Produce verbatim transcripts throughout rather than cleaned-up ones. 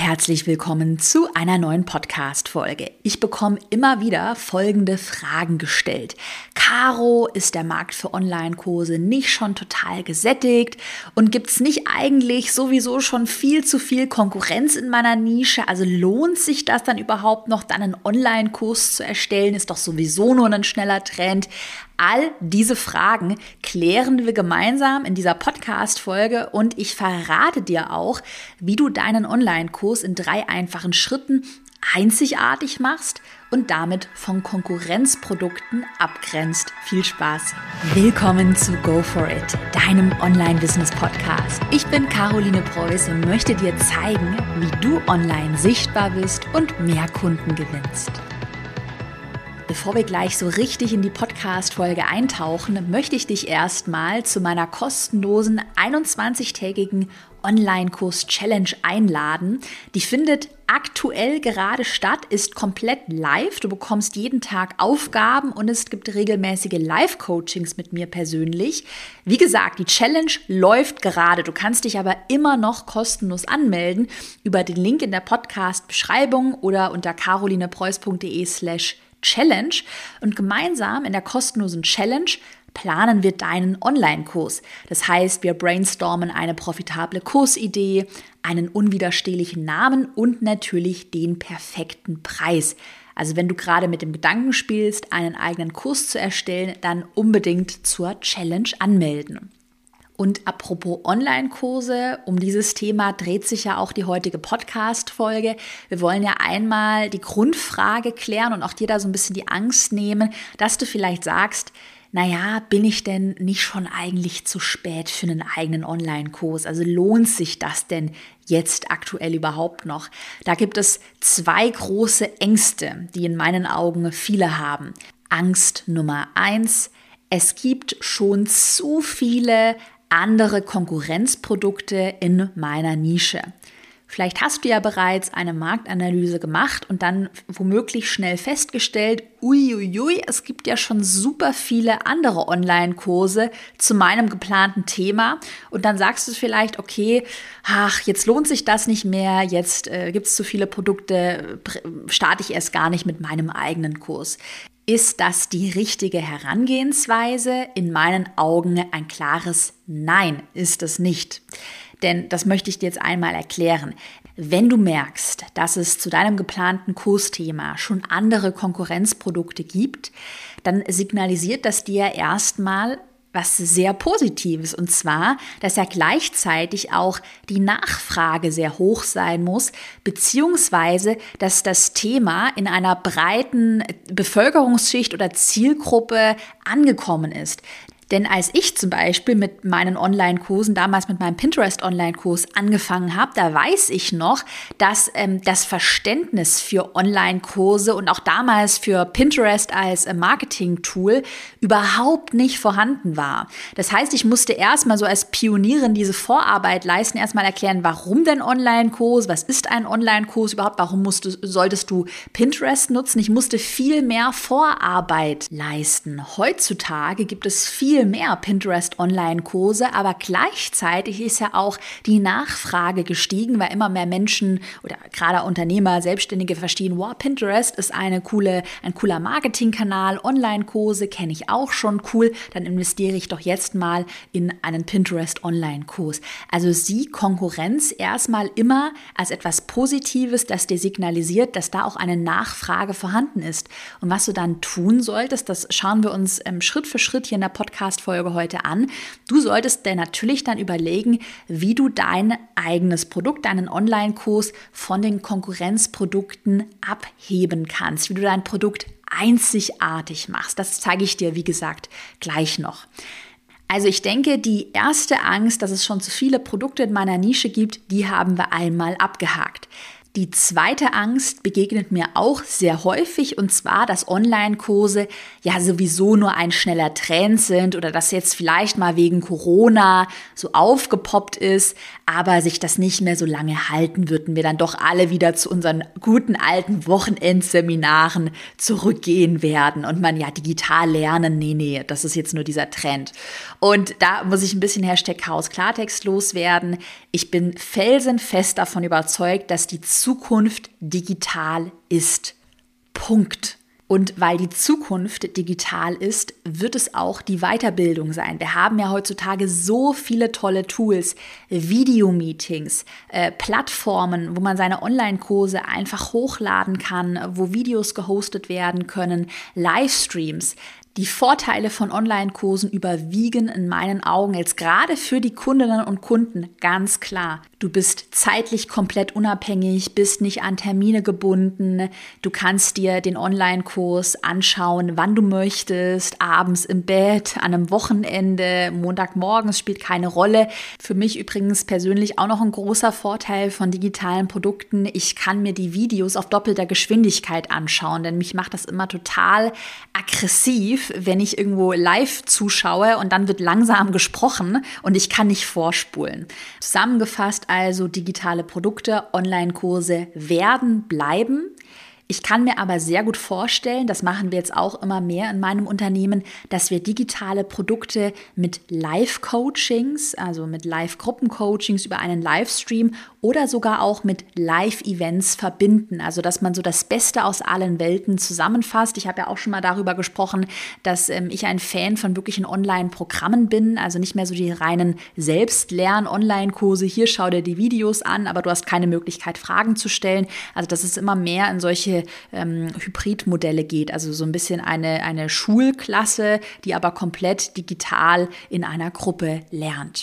Herzlich willkommen zu einer neuen Podcast-Folge. Ich bekomme immer wieder folgende Fragen gestellt. Caro, ist der Markt für Online-Kurse nicht schon total gesättigt? Und gibt es nicht eigentlich sowieso schon viel zu viel Konkurrenz in meiner Nische? Also lohnt sich das dann überhaupt noch, dann einen Online-Kurs zu erstellen? Ist doch sowieso nur ein schneller Trend. All diese Fragen klären wir gemeinsam in dieser Podcast-Folge und ich verrate dir auch, wie du deinen Online-Kurs in drei einfachen Schritten einzigartig machst und damit von Konkurrenzprodukten abgrenzt. Viel Spaß! Willkommen zu Go For It, deinem Online-Business-Podcast. Ich bin Caroline Preuß und möchte dir zeigen, wie du online sichtbar bist und mehr Kunden gewinnst. Bevor wir gleich so richtig in die Podcast-Folge eintauchen, möchte ich dich erstmal zu meiner kostenlosen einundzwanzigtägigen Online-Kurs-Challenge einladen. Die findet aktuell gerade statt, ist komplett live. Du bekommst jeden Tag Aufgaben und es gibt regelmäßige Live-Coachings mit mir persönlich. Wie gesagt, die Challenge läuft gerade. Du kannst dich aber immer noch kostenlos anmelden über den Link in der Podcast-Beschreibung oder unter carolinepreuß.de slash Challenge und gemeinsam in der kostenlosen Challenge planen wir deinen Online-Kurs. Das heißt, wir brainstormen eine profitable Kursidee, einen unwiderstehlichen Namen und natürlich den perfekten Preis. Also wenn du gerade mit dem Gedanken spielst, einen eigenen Kurs zu erstellen, dann unbedingt zur Challenge anmelden. Und apropos Online-Kurse, um dieses Thema dreht sich ja auch die heutige Podcast-Folge. Wir wollen ja einmal die Grundfrage klären und auch dir da so ein bisschen die Angst nehmen, dass du vielleicht sagst, naja, bin ich denn nicht schon eigentlich zu spät für einen eigenen Online-Kurs? Also lohnt sich das denn jetzt aktuell überhaupt noch? Da gibt es zwei große Ängste, die in meinen Augen viele haben. Angst Nummer eins, es gibt schon zu viele andere Konkurrenzprodukte in meiner Nische. Vielleicht hast du ja bereits eine Marktanalyse gemacht und dann womöglich schnell festgestellt, uiuiui, es gibt ja schon super viele andere Online-Kurse zu meinem geplanten Thema und dann sagst du vielleicht, okay, ach, jetzt lohnt sich das nicht mehr, jetzt äh, gibt es zu viele Produkte, starte ich erst gar nicht mit meinem eigenen Kurs. Ist das die richtige Herangehensweise? In meinen Augen ein klares Nein ist es nicht. Denn das möchte ich dir jetzt einmal erklären. Wenn du merkst, dass es zu deinem geplanten Kursthema schon andere Konkurrenzprodukte gibt, dann signalisiert das dir erstmal was sehr Positives, und zwar, dass ja gleichzeitig auch die Nachfrage sehr hoch sein muss, beziehungsweise, dass das Thema in einer breiten Bevölkerungsschicht oder Zielgruppe angekommen ist. Denn als ich zum Beispiel mit meinen Online-Kursen, damals mit meinem Pinterest-Online-Kurs angefangen habe, da weiß ich noch, dass ähm, das Verständnis für Online-Kurse und auch damals für Pinterest als äh, Marketing-Tool überhaupt nicht vorhanden war. Das heißt, ich musste erstmal so als Pionierin diese Vorarbeit leisten, erstmal erklären, warum denn Online-Kurs, was ist ein Online-Kurs überhaupt, warum musst du, solltest du Pinterest nutzen? Ich musste viel mehr Vorarbeit leisten. Heutzutage gibt es viel mehr Pinterest-Online-Kurse, aber gleichzeitig ist ja auch die Nachfrage gestiegen, weil immer mehr Menschen oder gerade Unternehmer, Selbstständige verstehen, wow, Pinterest ist eine coole, ein cooler Marketingkanal, Online-Kurse kenne ich auch schon, cool, dann investiere ich doch jetzt mal in einen Pinterest-Online-Kurs. Also sieh Konkurrenz erstmal immer als etwas Positives, das dir signalisiert, dass da auch eine Nachfrage vorhanden ist. Und was du dann tun solltest, das schauen wir uns ähm, Schritt für Schritt hier in der Podcast Folge heute an. Du solltest dir natürlich dann überlegen, wie du dein eigenes Produkt, deinen Online-Kurs von den Konkurrenzprodukten abheben kannst, wie du dein Produkt einzigartig machst. Das zeige ich dir, wie gesagt, gleich noch. Also ich denke, die erste Angst, dass es schon zu viele Produkte in meiner Nische gibt, die haben wir einmal abgehakt. Die zweite Angst begegnet mir auch sehr häufig, und zwar, dass Online-Kurse ja sowieso nur ein schneller Trend sind oder dass jetzt vielleicht mal wegen Corona so aufgepoppt ist, aber sich das nicht mehr so lange halten wird und wir dann doch alle wieder zu unseren guten alten Wochenendseminaren zurückgehen werden und man ja digital lernen, nee, nee, das ist jetzt nur dieser Trend. Und da muss ich ein bisschen Hashtag Chaos Klartext loswerden. Ich bin felsenfest davon überzeugt, dass die Zukunft digital ist. Punkt. Und weil die Zukunft digital ist, wird es auch die Weiterbildung sein. Wir haben ja heutzutage so viele tolle Tools, Videomeetings, äh, Plattformen, wo man seine Online-Kurse einfach hochladen kann, wo Videos gehostet werden können, Livestreams. Die Vorteile von Online-Kursen überwiegen in meinen Augen jetzt gerade für die Kundinnen und Kunden ganz klar. Du bist zeitlich komplett unabhängig, bist nicht an Termine gebunden. Du kannst dir den Online-Kurs anschauen, wann du möchtest, abends im Bett, an einem Wochenende, Montagmorgens, spielt keine Rolle. Für mich übrigens persönlich auch noch ein großer Vorteil von digitalen Produkten. Ich kann mir die Videos auf doppelter Geschwindigkeit anschauen, denn mich macht das immer total aggressiv, wenn ich irgendwo live zuschaue und dann wird langsam gesprochen und ich kann nicht vorspulen. Zusammengefasst also, digitale Produkte, Online-Kurse werden bleiben. Ich kann mir aber sehr gut vorstellen, das machen wir jetzt auch immer mehr in meinem Unternehmen, dass wir digitale Produkte mit Live-Coachings, also mit Live-Gruppen-Coachings über einen Livestream oder sogar auch mit Live-Events verbinden. Also dass man so das Beste aus allen Welten zusammenfasst. Ich habe ja auch schon mal darüber gesprochen, dass ähm, ich ein Fan von wirklichen Online-Programmen bin, also nicht mehr so die reinen Selbstlern-Online-Kurse. Hier schau dir die Videos an, aber du hast keine Möglichkeit, Fragen zu stellen. Also dass es immer mehr in solche ähm, Hybridmodelle geht, also so ein bisschen eine, eine Schulklasse, die aber komplett digital in einer Gruppe lernt.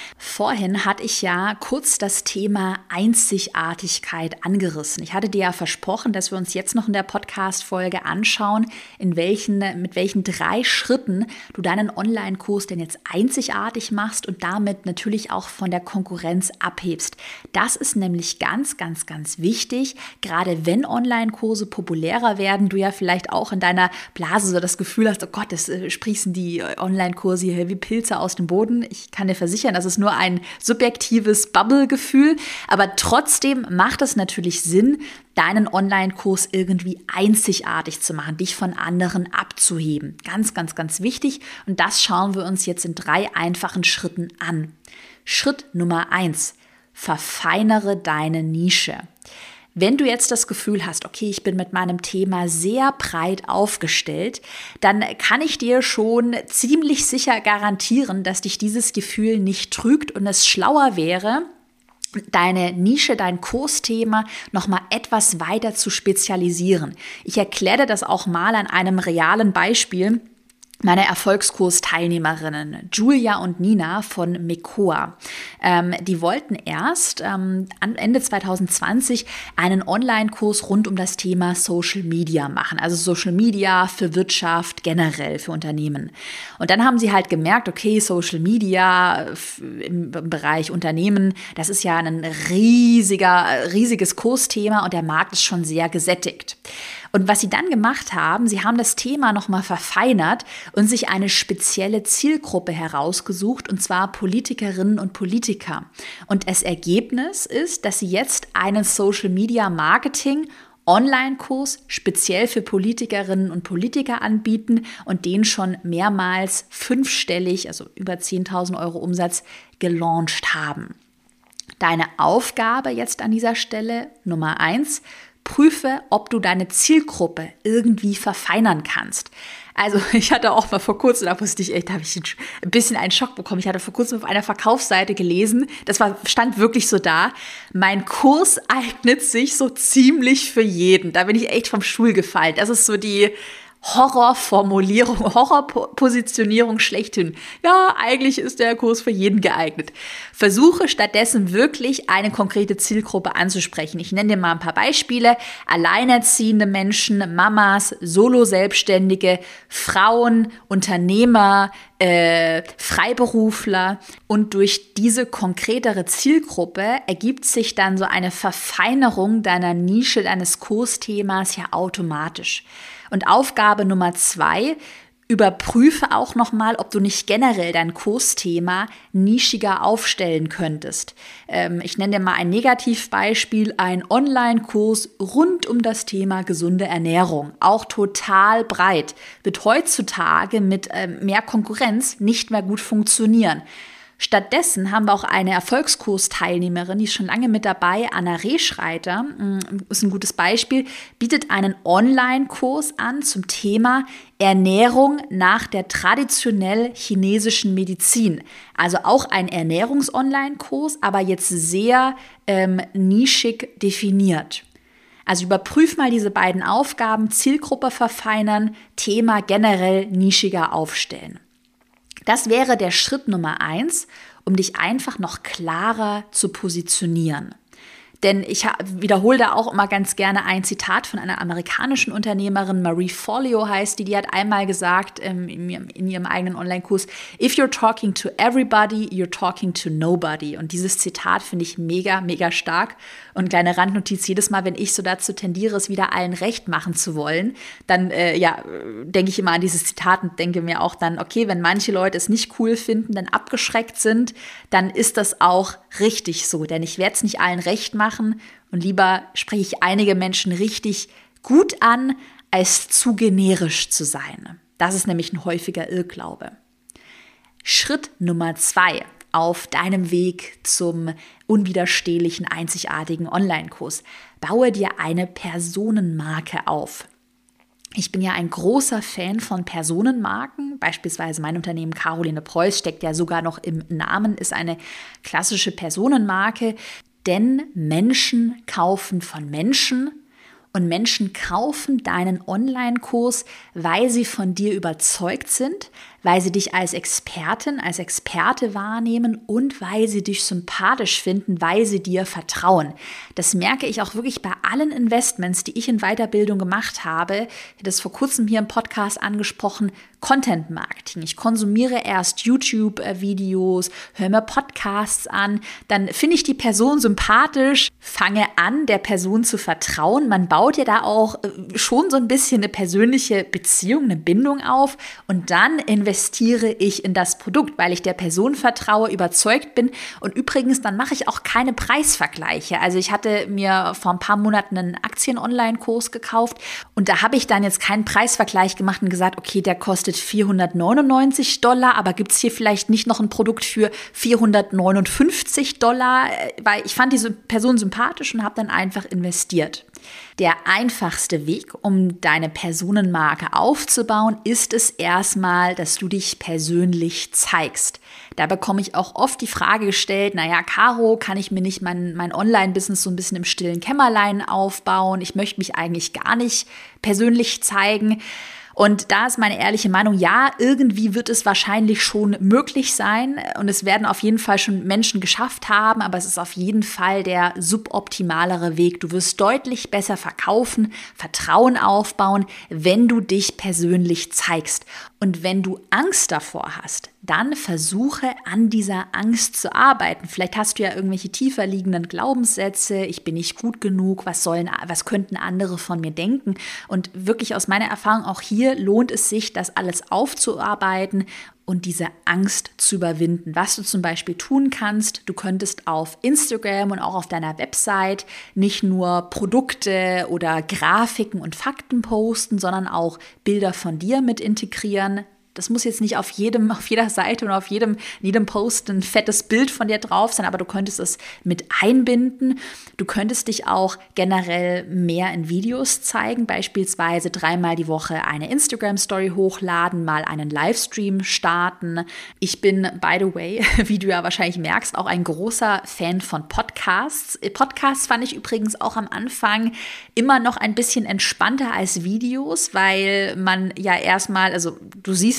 Vorhin hatte ich ja kurz das Thema Einzigartigkeit angerissen. Ich hatte dir ja versprochen, dass wir uns jetzt noch in der Podcast-Folge anschauen, in welchen, mit welchen drei Schritten du deinen Online-Kurs denn jetzt einzigartig machst und damit natürlich auch von der Konkurrenz abhebst. Das ist nämlich ganz, ganz, ganz wichtig, gerade wenn Online-Kurse populärer werden, du ja vielleicht auch in deiner Blase so das Gefühl hast, oh Gott, es äh, sprießen die Online-Kurse hier wie Pilze aus dem Boden. Ich kann dir versichern, das ist nur ein subjektives Bubble-Gefühl, aber trotzdem macht es natürlich Sinn, deinen Online-Kurs irgendwie einzigartig zu machen, dich von anderen abzuheben. Ganz, ganz, ganz wichtig, und das schauen wir uns jetzt in drei einfachen Schritten an. Schritt Nummer eins: Verfeinere deine Nische. Wenn du jetzt das Gefühl hast, okay, ich bin mit meinem Thema sehr breit aufgestellt, dann kann ich dir schon ziemlich sicher garantieren, dass dich dieses Gefühl nicht trügt und es schlauer wäre, deine Nische, dein Kursthema nochmal etwas weiter zu spezialisieren. Ich erkläre das auch mal an einem realen Beispiel. Meine Erfolgskursteilnehmerinnen Julia und Nina von Mekoa, ähm, die wollten erst ähm, Ende zwanzig zwanzig einen Online-Kurs rund um das Thema Social Media machen, also Social Media für Wirtschaft generell, für Unternehmen. Und dann haben sie halt gemerkt, okay, Social Media im Bereich Unternehmen, das ist ja ein riesiger, riesiges Kursthema und der Markt ist schon sehr gesättigt. Und was sie dann gemacht haben, sie haben das Thema nochmal verfeinert und sich eine spezielle Zielgruppe herausgesucht, und zwar Politikerinnen und Politiker. Und das Ergebnis ist, dass sie jetzt einen Social Media Marketing Online-Kurs speziell für Politikerinnen und Politiker anbieten und den schon mehrmals fünfstellig, also über zehntausend Euro Umsatz, gelauncht haben. Deine Aufgabe jetzt an dieser Stelle, Nummer eins, prüfe, ob du deine Zielgruppe irgendwie verfeinern kannst. Also ich hatte auch mal vor kurzem, da wusste ich echt, da habe ich ein bisschen einen Schock bekommen. Ich hatte vor kurzem auf einer Verkaufsseite gelesen, das war, stand wirklich so da, mein Kurs eignet sich so ziemlich für jeden. Da bin ich echt vom Stuhl gefallen. Das ist so die Horrorformulierung, Horrorpositionierung schlechthin. Ja, eigentlich ist der Kurs für jeden geeignet. Versuche stattdessen wirklich eine konkrete Zielgruppe anzusprechen. Ich nenne dir mal ein paar Beispiele. Alleinerziehende Menschen, Mamas, Solo-Selbstständige, Frauen, Unternehmer, äh, Freiberufler. Und durch diese konkretere Zielgruppe ergibt sich dann so eine Verfeinerung deiner Nische, deines Kursthemas ja automatisch. Und Aufgabe Nummer zwei: Überprüfe auch nochmal, ob du nicht generell dein Kursthema nischiger aufstellen könntest. Ähm, ich nenne dir mal ein Negativbeispiel, ein Online-Kurs rund um das Thema gesunde Ernährung. Auch total breit, wird heutzutage mit ähm, mehr Konkurrenz nicht mehr gut funktionieren. Stattdessen haben wir auch eine Erfolgskursteilnehmerin, die ist schon lange mit dabei, Anna Rehschreiter, ist ein gutes Beispiel, bietet einen Online-Kurs an zum Thema Ernährung nach der traditionell chinesischen Medizin. Also auch ein Ernährungs-Online-Kurs, aber jetzt sehr ähm, nischig definiert. Also überprüf mal diese beiden Aufgaben, Zielgruppe verfeinern, Thema generell nischiger aufstellen. Das wäre der Schritt Nummer eins, um dich einfach noch klarer zu positionieren. Denn ich wiederhole da auch immer ganz gerne ein Zitat von einer amerikanischen Unternehmerin, Marie Forleo heißt die, die hat einmal gesagt ähm, in, ihrem, in ihrem eigenen Online-Kurs, "If you're talking to everybody, you're talking to nobody." Und dieses Zitat finde ich mega, mega stark. Und kleine Randnotiz, jedes Mal, wenn ich so dazu tendiere, es wieder allen recht machen zu wollen, dann äh, ja, denke ich immer an dieses Zitat und denke mir auch dann, okay, wenn manche Leute es nicht cool finden, dann abgeschreckt sind, dann ist das auch richtig so. Denn ich werde es nicht allen recht machen und lieber spreche ich einige Menschen richtig gut an, als zu generisch zu sein. Das ist nämlich ein häufiger Irrglaube. Schritt Nummer zwei auf deinem Weg zum unwiderstehlichen, einzigartigen Online-Kurs. Baue dir eine Personenmarke auf. Ich bin ja ein großer Fan von Personenmarken. Beispielsweise mein Unternehmen Caroline Preuß steckt ja sogar noch im Namen, ist eine klassische Personenmarke. Denn Menschen kaufen von Menschen und Menschen kaufen deinen Online-Kurs, weil sie von dir überzeugt sind, weil sie dich als Expertin, als Experte wahrnehmen und weil sie dich sympathisch finden, weil sie dir vertrauen. Das merke ich auch wirklich bei allen Investments, die ich in Weiterbildung gemacht habe. Ich habe das vor kurzem hier im Podcast angesprochen, Content Marketing. Ich konsumiere erst YouTube-Videos, höre mir Podcasts an, dann finde ich die Person sympathisch, fange an, der Person zu vertrauen. Man baut ja da auch schon so ein bisschen eine persönliche Beziehung, eine Bindung auf und dann investiert investiere ich in das Produkt, weil ich der Person vertraue, überzeugt bin. Und übrigens, dann mache ich auch keine Preisvergleiche. Also ich hatte mir vor ein paar Monaten einen Aktien-Online-Kurs gekauft und da habe ich dann jetzt keinen Preisvergleich gemacht und gesagt, okay, der kostet vierhundertneunundneunzig Dollar, aber gibt es hier vielleicht nicht noch ein Produkt für vierhundertneunundfünfzig Dollar? Weil ich fand diese Person sympathisch und habe dann einfach investiert. Der einfachste Weg, um deine Personenmarke aufzubauen, ist es erstmal, dass du dich persönlich zeigst. Da bekomme ich auch oft die Frage gestellt, naja, Caro, kann ich mir nicht mein, mein Online-Business so ein bisschen im stillen Kämmerlein aufbauen? Ich möchte mich eigentlich gar nicht persönlich zeigen. Und da ist meine ehrliche Meinung, ja, irgendwie wird es wahrscheinlich schon möglich sein und es werden auf jeden Fall schon Menschen geschafft haben, aber es ist auf jeden Fall der suboptimalere Weg. Du wirst deutlich besser verkaufen, Vertrauen aufbauen, wenn du dich persönlich zeigst. Und wenn du Angst davor hast, dann versuche an dieser Angst zu arbeiten. Vielleicht hast du ja irgendwelche tiefer liegenden Glaubenssätze, ich bin nicht gut genug, was sollen, was könnten andere von mir denken? Und wirklich aus meiner Erfahrung auch hier lohnt es sich, das alles aufzuarbeiten und diese Angst zu überwinden. Was du zum Beispiel tun kannst, du könntest auf Instagram und auch auf deiner Website nicht nur Produkte oder Grafiken und Fakten posten, sondern auch Bilder von dir mit integrieren. Das muss jetzt nicht auf jedem, auf jeder Seite und auf jedem, in jedem Post ein fettes Bild von dir drauf sein, aber du könntest es mit einbinden. Du könntest dich auch generell mehr in Videos zeigen, beispielsweise dreimal die Woche eine Instagram-Story hochladen, mal einen Livestream starten. Ich bin, by the way, wie du ja wahrscheinlich merkst, auch ein großer Fan von Podcasts. Podcasts fand ich übrigens auch am Anfang immer noch ein bisschen entspannter als Videos, weil man ja erstmal, also du siehst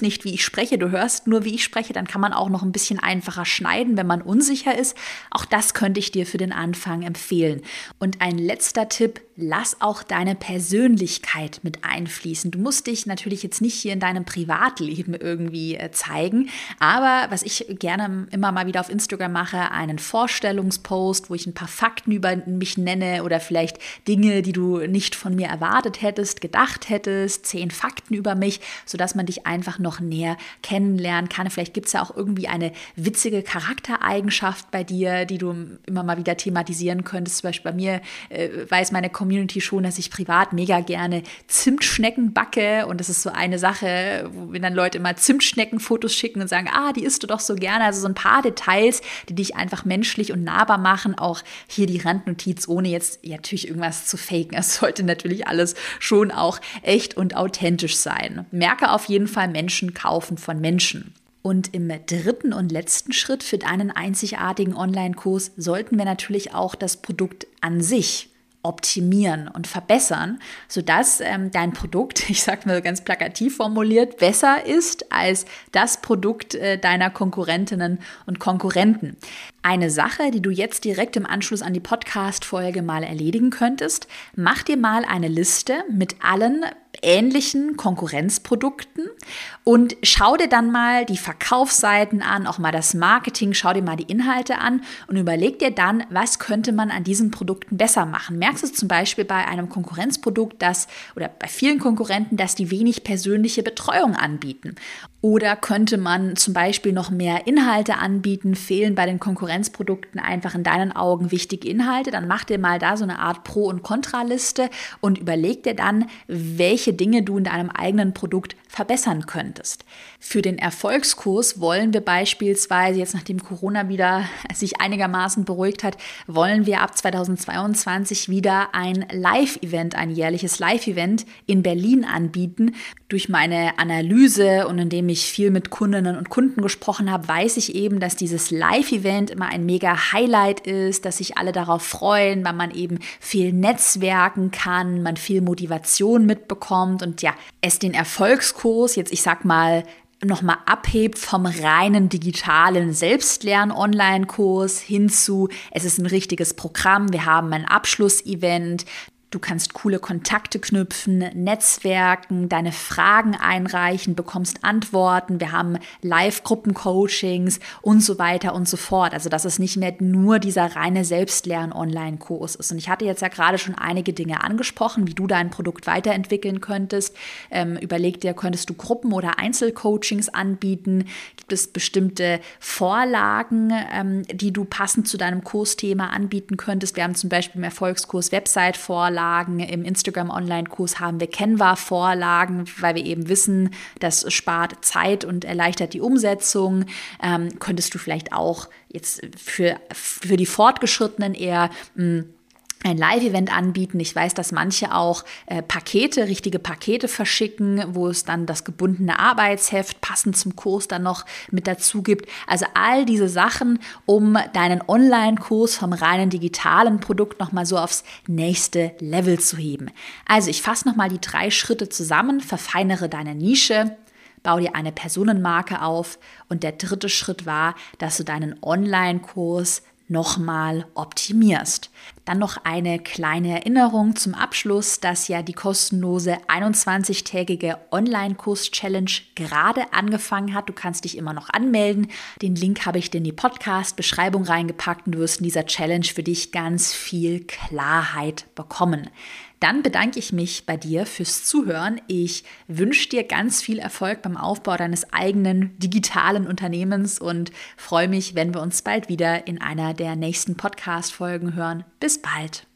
nicht, wie ich spreche, du hörst nur, wie ich spreche, dann kann man auch noch ein bisschen einfacher schneiden, wenn man unsicher ist. Auch das könnte ich dir für den Anfang empfehlen. Und ein letzter Tipp: Lass auch deine Persönlichkeit mit einfließen. Du musst dich natürlich jetzt nicht hier in deinem Privatleben irgendwie äh, zeigen, aber was ich gerne immer mal wieder auf Instagram mache, einen Vorstellungspost, wo ich ein paar Fakten über mich nenne oder vielleicht Dinge, die du nicht von mir erwartet hättest, gedacht hättest, zehn Fakten über mich, sodass man dich einfach noch näher kennenlernen kann. Vielleicht gibt es ja auch irgendwie eine witzige Charaktereigenschaft bei dir, die du immer mal wieder thematisieren könntest. Zum Beispiel bei mir äh, weiß meine Community schon, dass ich privat mega gerne Zimtschnecken backe, und das ist so eine Sache, wo mir dann Leute immer Zimtschnecken-Fotos schicken und sagen, ah, die isst du doch so gerne. Also so ein paar Details, die dich einfach menschlich und nahbar machen. Auch hier die Randnotiz, ohne jetzt ja, natürlich irgendwas zu faken. Es sollte natürlich alles schon auch echt und authentisch sein. Merke auf jeden Fall, Menschen kaufen von Menschen. Und im dritten und letzten Schritt für deinen einzigartigen Online-Kurs sollten wir natürlich auch das Produkt an sich optimieren und verbessern, sodass ähm, dein Produkt, ich sage mal ganz plakativ formuliert, besser ist als das Produkt äh, deiner Konkurrentinnen und Konkurrenten. Eine Sache, die du jetzt direkt im Anschluss an die Podcast-Folge mal erledigen könntest: Mach dir mal eine Liste mit allen ähnlichen Konkurrenzprodukten und schau dir dann mal die Verkaufsseiten an, auch mal das Marketing, schau dir mal die Inhalte an und überleg dir dann, was könnte man an diesen Produkten besser machen. Merkst du zum Beispiel bei einem Konkurrenzprodukt, dass, oder bei vielen Konkurrenten, dass die wenig persönliche Betreuung anbieten? Oder könnte man zum Beispiel noch mehr Inhalte anbieten? Fehlen bei den Konkurrenzprodukten einfach in deinen Augen wichtige Inhalte? Dann mach dir mal da so eine Art Pro- und Kontraliste und überleg dir dann, welche Dinge du in deinem eigenen Produkt verbessern könntest. Für den Erfolgskurs wollen wir beispielsweise, jetzt nachdem Corona wieder sich einigermaßen beruhigt hat, wollen wir ab zweitausendzweiundzwanzig wieder ein Live-Event, ein jährliches Live-Event in Berlin anbieten. Durch meine Analyse und indem ich viel mit Kundinnen und Kunden gesprochen habe, weiß ich eben, dass dieses Live-Event immer ein mega Highlight ist, dass sich alle darauf freuen, weil man eben viel netzwerken kann, man viel Motivation mitbekommt und ja, es den Erfolgskurs jetzt, ich sag mal, nochmal abhebt vom reinen digitalen Selbstlern-Online-Kurs hin zu, es ist ein richtiges Programm, wir haben ein Abschlussevent. Du kannst coole Kontakte knüpfen, netzwerken, deine Fragen einreichen, bekommst Antworten. Wir haben Live-Gruppen-Coachings und so weiter und so fort. Also dass es nicht mehr nur dieser reine Selbstlern-Online-Kurs ist. Und ich hatte jetzt ja gerade schon einige Dinge angesprochen, wie du dein Produkt weiterentwickeln könntest. Ähm, überleg dir, könntest du Gruppen- oder Einzelcoachings anbieten? Gibt es bestimmte Vorlagen, ähm, die du passend zu deinem Kursthema anbieten könntest? Wir haben zum Beispiel im Erfolgskurs Website-Vorlagen. Im Instagram-Online-Kurs haben wir Canva-Vorlagen, weil wir eben wissen, das spart Zeit und erleichtert die Umsetzung. Ähm, könntest du vielleicht auch jetzt für, für die Fortgeschrittenen eher mh, ein Live-Event anbieten. Ich weiß, dass manche auch äh, Pakete, richtige Pakete verschicken, wo es dann das gebundene Arbeitsheft passend zum Kurs dann noch mit dazu gibt. Also all diese Sachen, um deinen Online-Kurs vom reinen digitalen Produkt nochmal so aufs nächste Level zu heben. Also ich fasse nochmal die drei Schritte zusammen. Verfeinere deine Nische, bau dir eine Personenmarke auf, und der dritte Schritt war, dass du deinen Online-Kurs nochmal optimierst. Dann noch eine kleine Erinnerung zum Abschluss, dass ja die kostenlose einundzwanzigtägige Online-Kurs-Challenge gerade angefangen hat. Du kannst dich immer noch anmelden. Den Link habe ich dir in die Podcast-Beschreibung reingepackt und du wirst in dieser Challenge für dich ganz viel Klarheit bekommen. Dann bedanke ich mich bei dir fürs Zuhören. Ich wünsche dir ganz viel Erfolg beim Aufbau deines eigenen digitalen Unternehmens und freue mich, wenn wir uns bald wieder in einer der nächsten Podcast-Folgen hören. Bis bald!